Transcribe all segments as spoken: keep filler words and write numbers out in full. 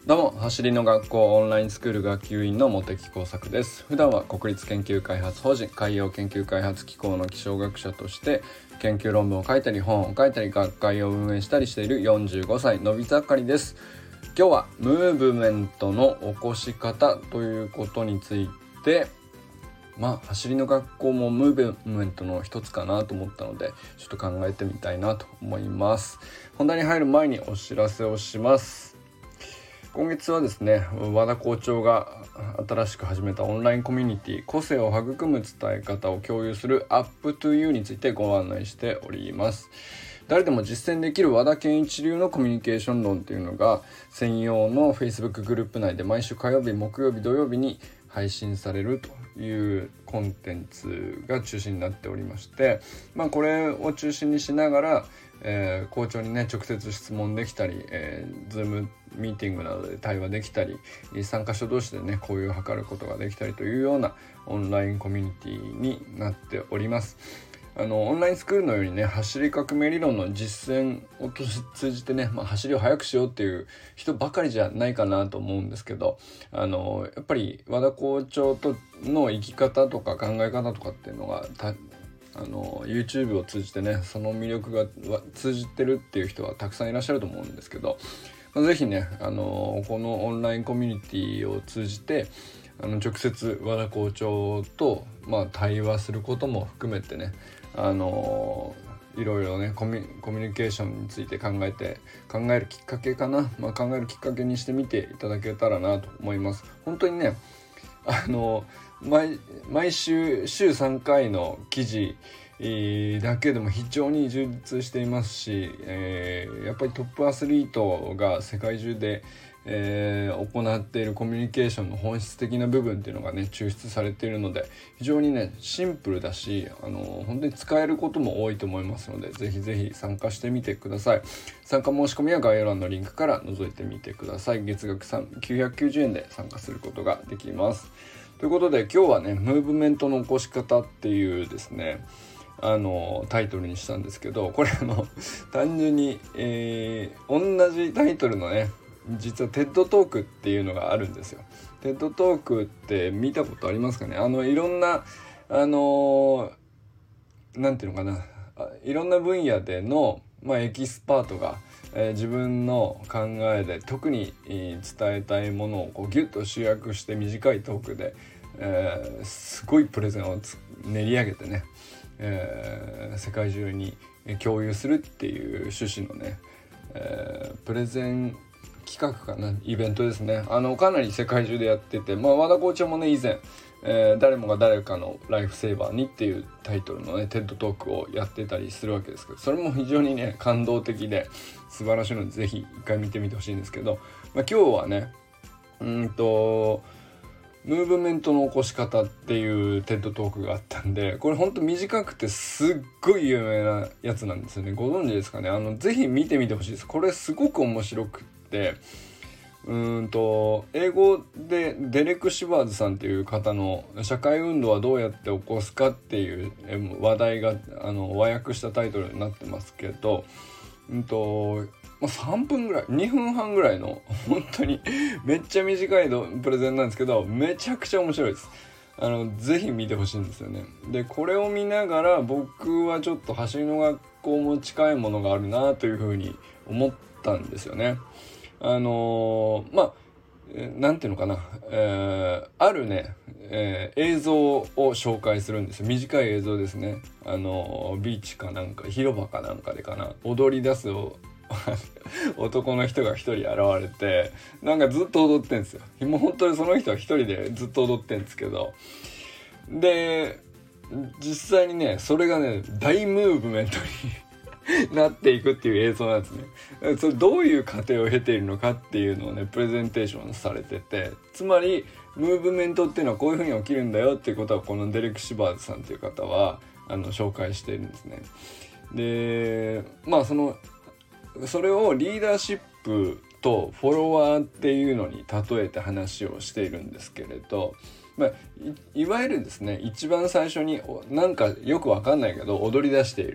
どうも、走りの学校オンラインスクール学級委員の茂木耕作です。普段は国立研究開発法人海洋研究開発機構の気象学者として研究論文を書いたり本を書いたり学会を運営したりしているよんじゅうごさいのび盛りです。今日はムーブメントの起こし方ということについて、まあ走りの学校もムーブメントの一つかなと思ったので、ちょっと考えてみたいなと思います。本題に入る前にお知らせをします。今月はですね、和田校長が新しく始めたオンラインコミュニティ、個性を育む伝え方を共有する アップトゥユー についてご案内しております。誰でも実践できる和田健一流のコミュニケーション論というのが専用の Facebook グループ内で毎週火曜日、木曜日、土曜日に配信されるというコンテンツが中心になっておりまして、まあ、これを中心にしながら、えー、校長にね直接質問できたり、えー、Zoom ミーティングなどで対話できたり、参加者同士でね交流を図ることができたりというようなオンラインコミュニティになっております。あのオンラインスクールのようにね走り革命理論の実践を通じてね、まあ、走りを速くしようっていう人ばかりじゃないかなと思うんですけど、あのやっぱり和田校長との生き方とか考え方とかっていうのがたあの YouTube を通じてねその魅力が通じてるっていう人はたくさんいらっしゃると思うんですけど、まあ、ぜひねあのこのオンラインコミュニティを通じてあの直接和田校長と、まあ、対話することも含めてねあのいろいろねコミュ、コミュニケーションについて考えて考えるきっかけかな、まあ、考えるきっかけにしてみていただけたらなと思います。本当にねあの 毎, 毎週週さんかいの記事だけでも非常に充実していますし、えー、やっぱりトップアスリートが世界中で、えー、行っているコミュニケーションの本質的な部分っていうのがね抽出されているので非常にねシンプルだし、あの本当に使えることも多いと思いますので、ぜひぜひ参加してみてください。参加申し込みは概要欄のリンクから覗いてみてください。月額きゅうひゃくきゅうじゅうえんで参加することができます。ということで今日はねムーブメントの起こし方っていうですねあのタイトルにしたんですけど、これあの単純に、えー、同じタイトルのね実はテッドトークっていうのがあるんですよ。テッドトークって見たことありますかね。あのいろんなあのなんていうのかないろんな分野での、まあ、エキスパートが、えー、自分の考えで特に、えー、伝えたいものをこうギュッと集約して短いトークで、えー、すごいプレゼンを練り上げてね、えー、世界中に共有するっていう趣旨のね、えー、プレゼン企画かなイベントですね。あのかなり世界中でやってて、まあ、和田校長もね以前、えー、誰もが誰かのライフセーバーにっていうタイトルのねテッドトークをやってたりするわけですけど、それも非常にね感動的で素晴らしいのでぜひ一回見てみてほしいんですけど、まあ、今日はねうんとムーブメントの起こし方っていうテッドトークがあったんで、これほんと短くてすっごい有名なやつなんですよね。ご存知ですかね。あのぜひ見てみてほしいです。これすごく面白くってうーんと英語でデレク・シュバーズさんっていう方の社会運動はどうやって起こすかっていう話題があの和訳したタイトルになってますけど、うんとさんぷんぐらいにふんはんぐらいの本当にめっちゃ短いプレゼンなんですけどめちゃくちゃ面白いです。あのぜひ見てほしいんですよね。でこれを見ながら僕はちょっと走りの学校も近いものがあるなというふうに思ったんですよね。あのー、まあなんていうのかな、えー、あるね、えー、映像を紹介するんですよ。短い映像ですね。あのー、ビーチかなんか広場かなんかでかな踊り出す男の人が一人現れてなんかずっと踊ってんですよ。もう本当にその人は一人でずっと踊ってんですけど、で実際にねそれがね大ムーブメントになっていくっていう映像なんですね。それどういう過程を経ているのかっていうのをねプレゼンテーションされてて、つまりムーブメントっていうのはこういう風に起きるんだよっていうことはこのデレク・シュバーズさんっていう方はあの紹介しているんですね。でまあそのそれをリーダーシップとフォロワーっていうのに例えて話をしているんですけれど、まあ、い, いわゆるですね一番最初になんかよくわかんないけど踊り出している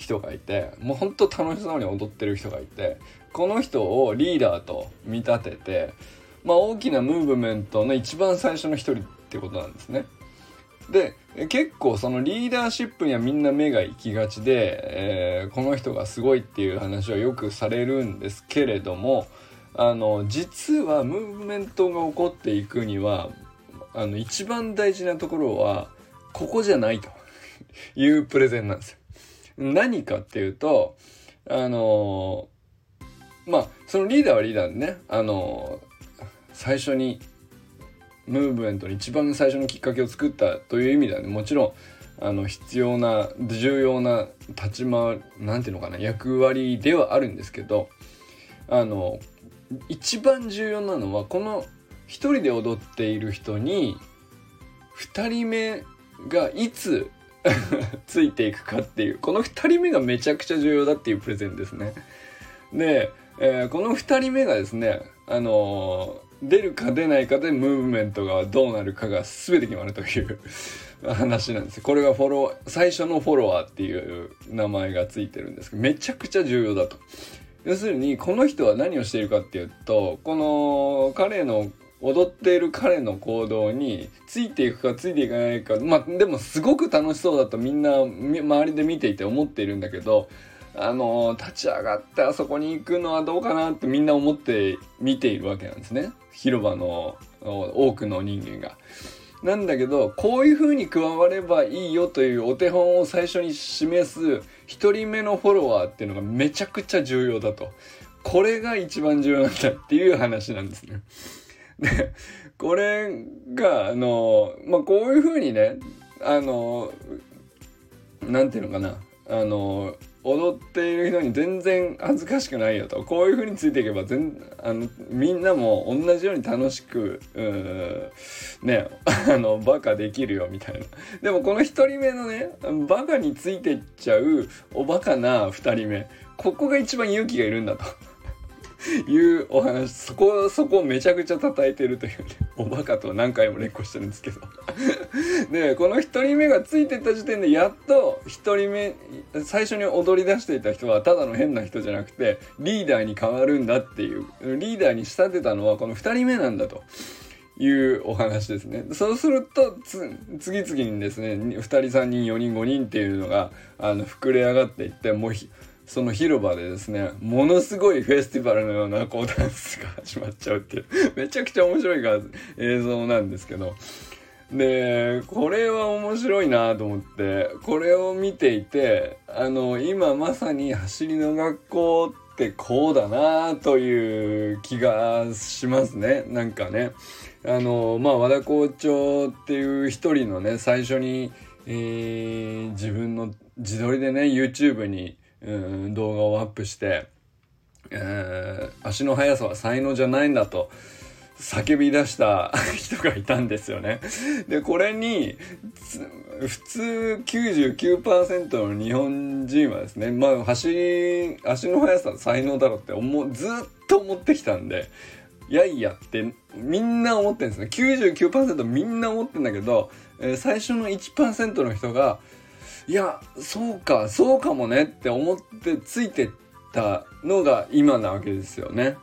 人がいて、もうほんと楽しそうに踊ってる人がいて、この人をリーダーと見立てて、まあ、大きなムーブメントの一番最初の一人っていうことなんですね。で結構そのリーダーシップにはみんな目が行きがちで、えー、この人がすごいっていう話はよくされるんですけれども、あの実はムーブメントが起こっていくにはあの一番大事なところはここじゃないというプレゼンなんですよ。何かっていうと、あのまあそのリーダーはリーダーでね、あの最初にムーブメントの一番最初のきっかけを作ったという意味ではね、もちろんあの必要な重要な立ち回りなんていうのかな役割ではあるんですけど、あの一番重要なのはこの一人で踊っている人に二人目がいつついていくかっていう、この二人目がめちゃくちゃ重要だっていうプレゼンですね。で、えー、この二人目がですね、あのー、出るか出ないかでムーブメントがどうなるかが全て決まるという話なんです。これがフォロー最初のフォロワーっていう名前がついてるんですけど、めちゃくちゃ重要だと。要するにこの人は何をしているかっていうと、この彼の踊っている彼の行動についていくかついていかないか、まあでもすごく楽しそうだとみんな周りで見ていて思っているんだけど、あの立ち上がってあそこに行くのはどうかなってみんな思って見ているわけなんですね、広場の多くの人間が。なんだけどこういう風に加わればいいよというお手本を最初に示す一人目のフォロワーっていうのがめちゃくちゃ重要だと。これが一番重要なんだっていう話なんですね。でこれがあのまあこういう風にね、あのなんていうのかな、あの踊っている人に全然恥ずかしくないよと、こういう風についていけば全あのみんなも同じように楽しくねあのバカできるよみたいな。でもこの一人目のねバカについていっちゃうおバカな二人目、ここが一番勇気がいるんだというお話、そこそこをめちゃくちゃ叩いてるというね、おバカと何回も連呼してるんですけどでこの一人目がついてった時点でやっと一人目最初に踊り出していた人はただの変な人じゃなくてリーダーに変わるんだっていう、リーダーに仕立てたのはこの二人目なんだというお話ですね。そうするとつ次々にですねふたりさんにんよにんごにんっていうのがあの膨れ上がっていって、もうその広場でですねものすごいフェスティバルのようなこうダンスが始まっちゃうっていうめちゃくちゃ面白いが映像なんですけど、でこれは面白いなと思ってこれを見ていて、あの今まさに走りの学校ってこうだなという気がしますね。なんかねあのまあ和田校長っていう一人のね最初に、えー、自分の自撮りでね YouTube にうん動画をアップして、えー、足の速さは才能じゃないんだと叫び出した人がいたんですよね。でこれに普通 きゅうじゅうきゅうパーセント の日本人はですね、まあ走り足の速さは才能だろうって思うずっと思ってきたんで、いやいやってみんな思ってるんですね。 きゅうじゅうきゅうパーセント みんな思ってんだけど、えー、最初の いちパーセント の人がいやそうかそうかもねって思ってついてったのが今なわけですよね。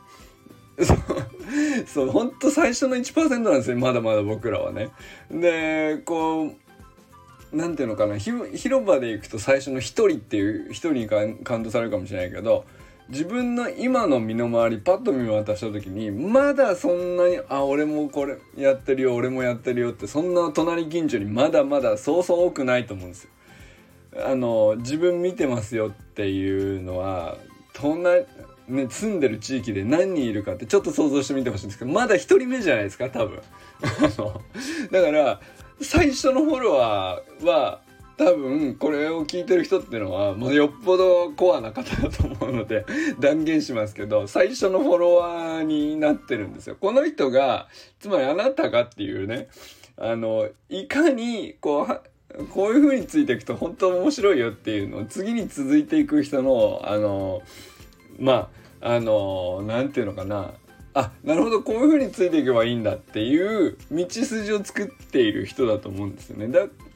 そうほんと最初の いちパーセント なんですよまだまだ僕らはね。でこうなんていうのかな、広場で行くと最初の一人っていう一人に感動されるかもしれないけど、自分の今の身の回りパッと見渡した時にまだそんなにあ俺もこれやってるよ俺もやってるよってそんな隣近所にまだまだそうそう多くないと思うんですよ。あの自分見てますよっていうのは隣ね、住んでる地域で何人いるかってちょっと想像してみてほしいんですけど、まだ一人目じゃないですか多分あのだから最初のフォロワーは多分これを聞いてる人っていうのはもうよっぽどコアな方だと思うので断言しますけど、最初のフォロワーになってるんですよこの人が。つまりあなたがっていうね、あのいかにこうこういう風についていくと本当面白いよっていうのを次に続いていく人のあのまああのなんていうのかな、あなるほどこういう風についていけばいいんだっていう道筋を作っている人だと思うんですよね。だ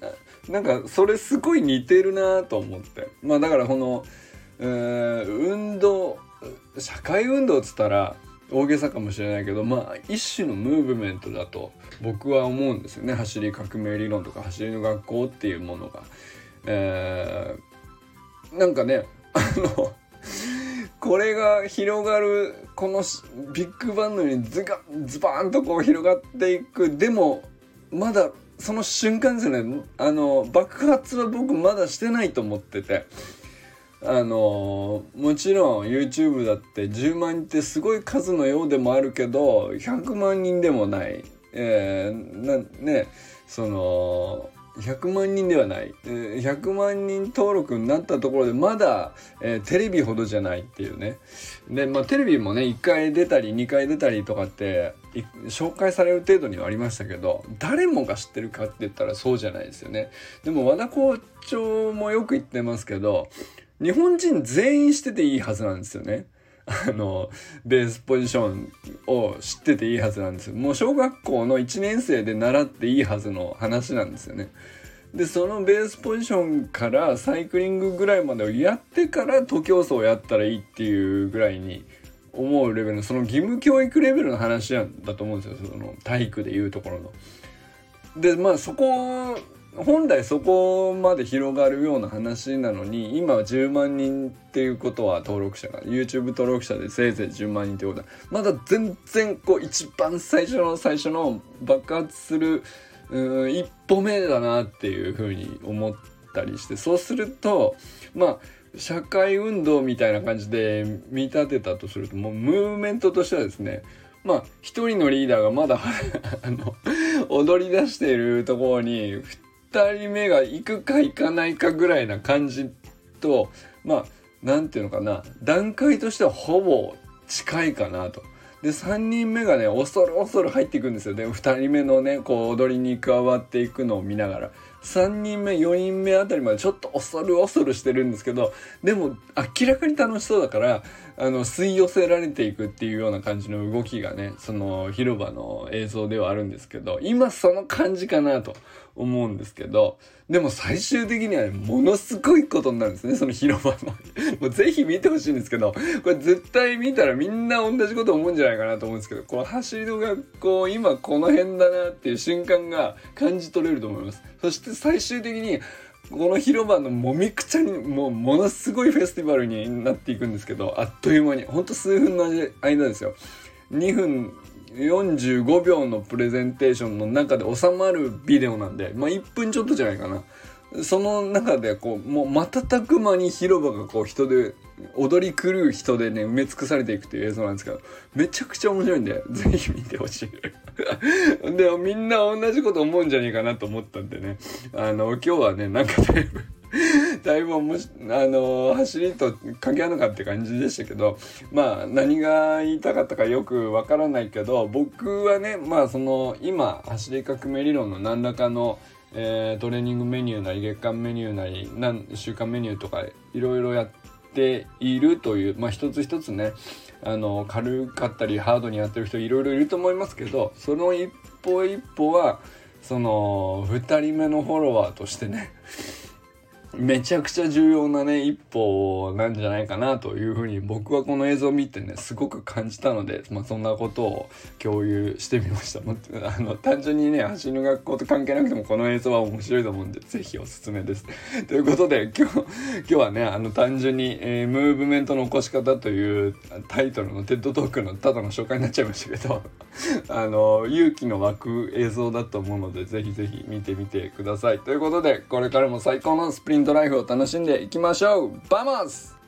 なんかそれすごい似てるなと思って、まあだからこの、えー、運動社会運動っつったら大げさかもしれないけど、まあ一種のムーブメントだと僕は思うんですよね。走り革命理論とか走りの学校っていうものが、えー、なんかねあのこれが広がるこのビッグバンのようにズガズバーンとこう広がっていく。でもまだその瞬間ですよね。あの爆発は僕まだしてないと思ってて、あのもちろん YouTube だってじゅうまんにんってすごい数のようでもあるけどひゃくまんにんでもない、えー、なねそのひゃくまんにんではない、えー、ひゃくまんにん登録になったところでまだ、えー、テレビほどじゃないっていうね。で、まあテレビもねいっかい出たりにかい出たりとかって紹介される程度にはありましたけど、誰もが知ってるかって言ったらそうじゃないですよね。でも和田校長もよく言ってますけど、日本人全員してていいはずなんですよね。あのベースポジションを知ってていいはずなんですよ。もう小学校のいちねん生で習っていいはずの話なんですよね。でそのベースポジションからサイクリングぐらいまでをやってから徒競走をやったらいいっていうぐらいに思うレベルの、その義務教育レベルの話なんだと思うんですよ。その体育でいうところの。でまあそこ本来そこまで広がるような話なのに、今はじゅうまんにんっていうことは登録者が YouTube 登録者でせいぜいじゅうまんにんってことはまだ全然こう一番最初の最初の爆発するう一歩目だなっていうふうに思ったりして、そうするとまあ社会運動みたいな感じで見立てたとすると、もうムーブメントとしてはですね、まあ一人のリーダーがまだあの踊り出しているところにふたりめが行くか行かないかぐらいな感じと、まあなんていうのかな、段階としてはほぼ近いかなと。でさんにんめがね恐る恐る入っていくんですよ。でふたりめのねこう踊りに加わっていくのを見ながら、さんにんめよにんめあたりまでちょっと恐る恐るしてるんですけど、でも明らかに楽しそうだからあの吸い寄せられていくっていうような感じの動きがね、その広場の映像ではあるんですけど、今その感じかなと思うんですけど、でも最終的には、ね、ものすごいことになるんですね、その広場のもうぜひ見てほしいんですけど、これ絶対見たらみんな同じこと思うんじゃないかなと思うんですけど、この走りの学校今この辺だなっていう瞬間が感じ取れると思います。そして最終的にこの広場のもみくちゃにもうものすごいフェスティバルになっていくんですけど、あっという間にほんと数分の間ですよ、にふんよんじゅうごびょうのプレゼンテーションの中で収まるビデオなんで、まあいっぷんちょっとじゃないかな。その中でこうもう瞬く間に広場がこう人で踊り狂う人でね埋め尽くされていくっていう映像なんですけど、めちゃくちゃ面白いんでぜひ見てほしいでみんな同じこと思うんじゃねえかなと思ったんでね、あの今日はねなんかだいぶだいぶもしあの走りと関係あるのかって感じでしたけど、まあ何が言いたかったかよくわからないけど、僕はねまあその今走り革命理論の何らかのえー、トレーニングメニューなり月間メニューなり何週間メニューとかいろいろやっているという、まあ一つ一つねあの軽かったりハードにやってる人いろいろいると思いますけど、その一歩一歩はそのふたりめのフォロワーとしてねめちゃくちゃ重要なね一歩なんじゃないかなというふうに僕はこの映像を見てねすごく感じたので、まあ、そんなことを共有してみました。あの単純にね走りの学校と関係なくてもこの映像は面白いと思うんでぜひおすすめですということで今日今日はねあの単純に、えー、ムーブメントの起こし方というタイトルのテッドトークのただの紹介になっちゃいましたけどあの勇気の湧く映像だと思うのでぜひぜひ見てみてくださいということで、これからも最高のスプリントライフを楽しんでいきましょう。バモス！